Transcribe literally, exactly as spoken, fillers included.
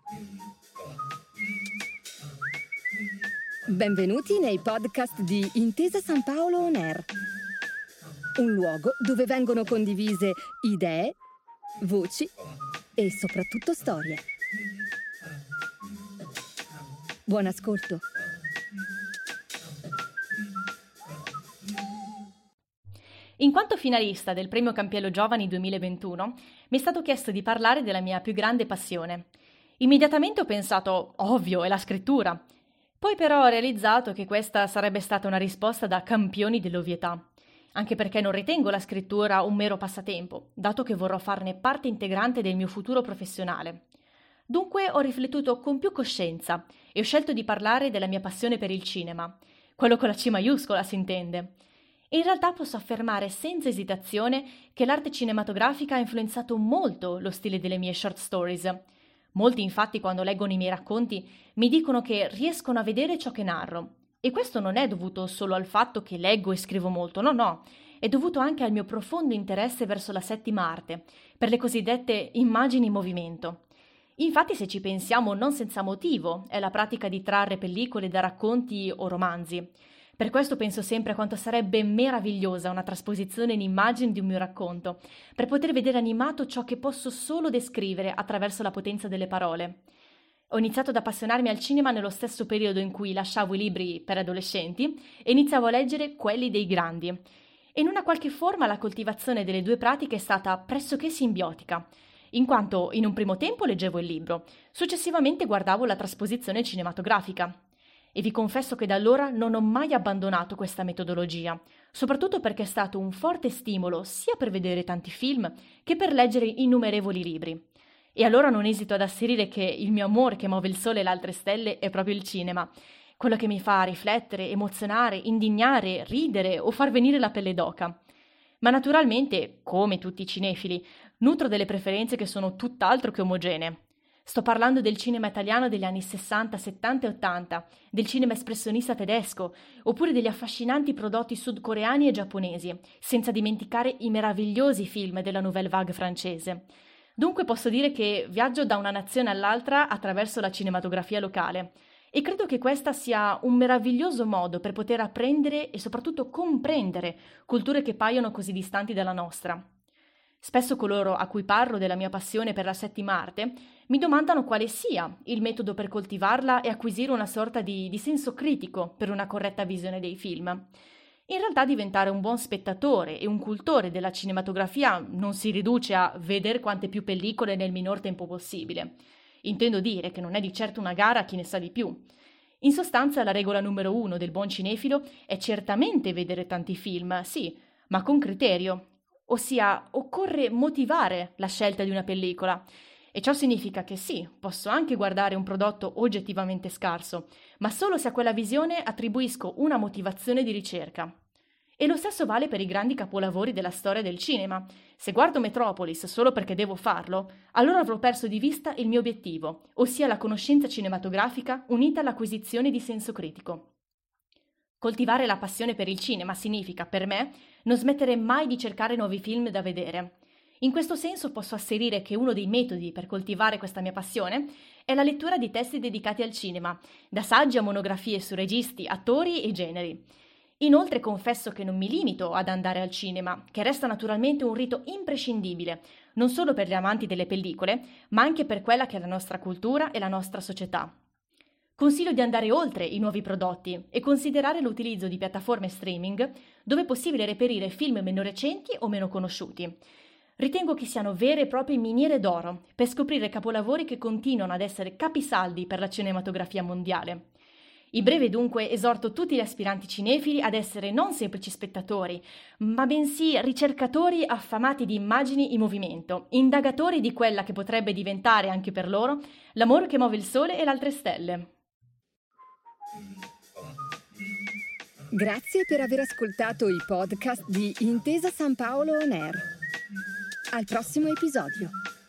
Benvenuti nei podcast di Intesa San Paolo On Air, un luogo dove vengono condivise idee, voci e soprattutto storie. Buon ascolto. In quanto finalista del Premio Campiello Giovani duemilaventuno, mi è stato chiesto di parlare della mia più grande passione. Immediatamente ho pensato, ovvio, è la scrittura. Poi però ho realizzato che questa sarebbe stata una risposta da campioni dell'ovvietà, anche perché non ritengo la scrittura un mero passatempo, dato che vorrò farne parte integrante del mio futuro professionale. Dunque ho riflettuto con più coscienza e ho scelto di parlare della mia passione per il cinema, quello con la C maiuscola si intende. In realtà posso affermare senza esitazione che l'arte cinematografica ha influenzato molto lo stile delle mie short stories. Molti infatti quando leggono i miei racconti mi dicono che riescono a vedere ciò che narro. E questo non è dovuto solo al fatto che leggo e scrivo molto, no no, è dovuto anche al mio profondo interesse verso la settima arte, per le cosiddette immagini in movimento. Infatti se ci pensiamo non senza motivo è la pratica di trarre pellicole da racconti o romanzi. Per questo penso sempre a quanto sarebbe meravigliosa una trasposizione in immagini di un mio racconto, per poter vedere animato ciò che posso solo descrivere attraverso la potenza delle parole. Ho iniziato ad appassionarmi al cinema nello stesso periodo in cui lasciavo i libri per adolescenti e iniziavo a leggere quelli dei grandi. E in una qualche forma la coltivazione delle due pratiche è stata pressoché simbiotica, in quanto in un primo tempo leggevo il libro, successivamente guardavo la trasposizione cinematografica. E vi confesso che da allora non ho mai abbandonato questa metodologia, soprattutto perché è stato un forte stimolo sia per vedere tanti film che per leggere innumerevoli libri. E allora non esito ad asserire che il mio amore che muove il sole e le altre stelle è proprio il cinema, quello che mi fa riflettere, emozionare, indignare, ridere o far venire la pelle d'oca. Ma naturalmente, come tutti i cinefili, nutro delle preferenze che sono tutt'altro che omogenee. Sto parlando del cinema italiano degli anni sessanta, settanta e ottanta, del cinema espressionista tedesco, oppure degli affascinanti prodotti sudcoreani e giapponesi, senza dimenticare i meravigliosi film della Nouvelle Vague francese. Dunque posso dire che viaggio da una nazione all'altra attraverso la cinematografia locale e credo che questa sia un meraviglioso modo per poter apprendere e soprattutto comprendere culture che paiono così distanti dalla nostra. Spesso coloro a cui parlo della mia passione per la settima arte mi domandano quale sia il metodo per coltivarla e acquisire una sorta di, di senso critico per una corretta visione dei film. In realtà diventare un buon spettatore e un cultore della cinematografia non si riduce a vedere quante più pellicole nel minor tempo possibile. Intendo dire che non è di certo una gara a chi ne sa di più. In sostanza la regola numero uno del buon cinefilo è certamente vedere tanti film, sì, ma con criterio. Ossia, occorre motivare la scelta di una pellicola. E ciò significa che sì, posso anche guardare un prodotto oggettivamente scarso, ma solo se a quella visione attribuisco una motivazione di ricerca. E lo stesso vale per i grandi capolavori della storia del cinema. Se guardo Metropolis solo perché devo farlo, allora avrò perso di vista il mio obiettivo, ossia la conoscenza cinematografica unita all'acquisizione di senso critico. Coltivare la passione per il cinema significa, per me, non smettere mai di cercare nuovi film da vedere. In questo senso posso asserire che uno dei metodi per coltivare questa mia passione è la lettura di testi dedicati al cinema, da saggi a monografie su registi, attori e generi. Inoltre confesso che non mi limito ad andare al cinema, che resta naturalmente un rito imprescindibile, non solo per gli amanti delle pellicole, ma anche per quella che è la nostra cultura e la nostra società. Consiglio di andare oltre i nuovi prodotti e considerare l'utilizzo di piattaforme streaming dove è possibile reperire film meno recenti o meno conosciuti. Ritengo che siano vere e proprie miniere d'oro per scoprire capolavori che continuano ad essere capisaldi per la cinematografia mondiale. In breve dunque esorto tutti gli aspiranti cinefili ad essere non semplici spettatori, ma bensì ricercatori affamati di immagini in movimento, indagatori di quella che potrebbe diventare anche per loro l'amore che muove il sole e le altre stelle. Grazie per aver ascoltato i podcast di Intesa San Paolo On Air. Al prossimo episodio.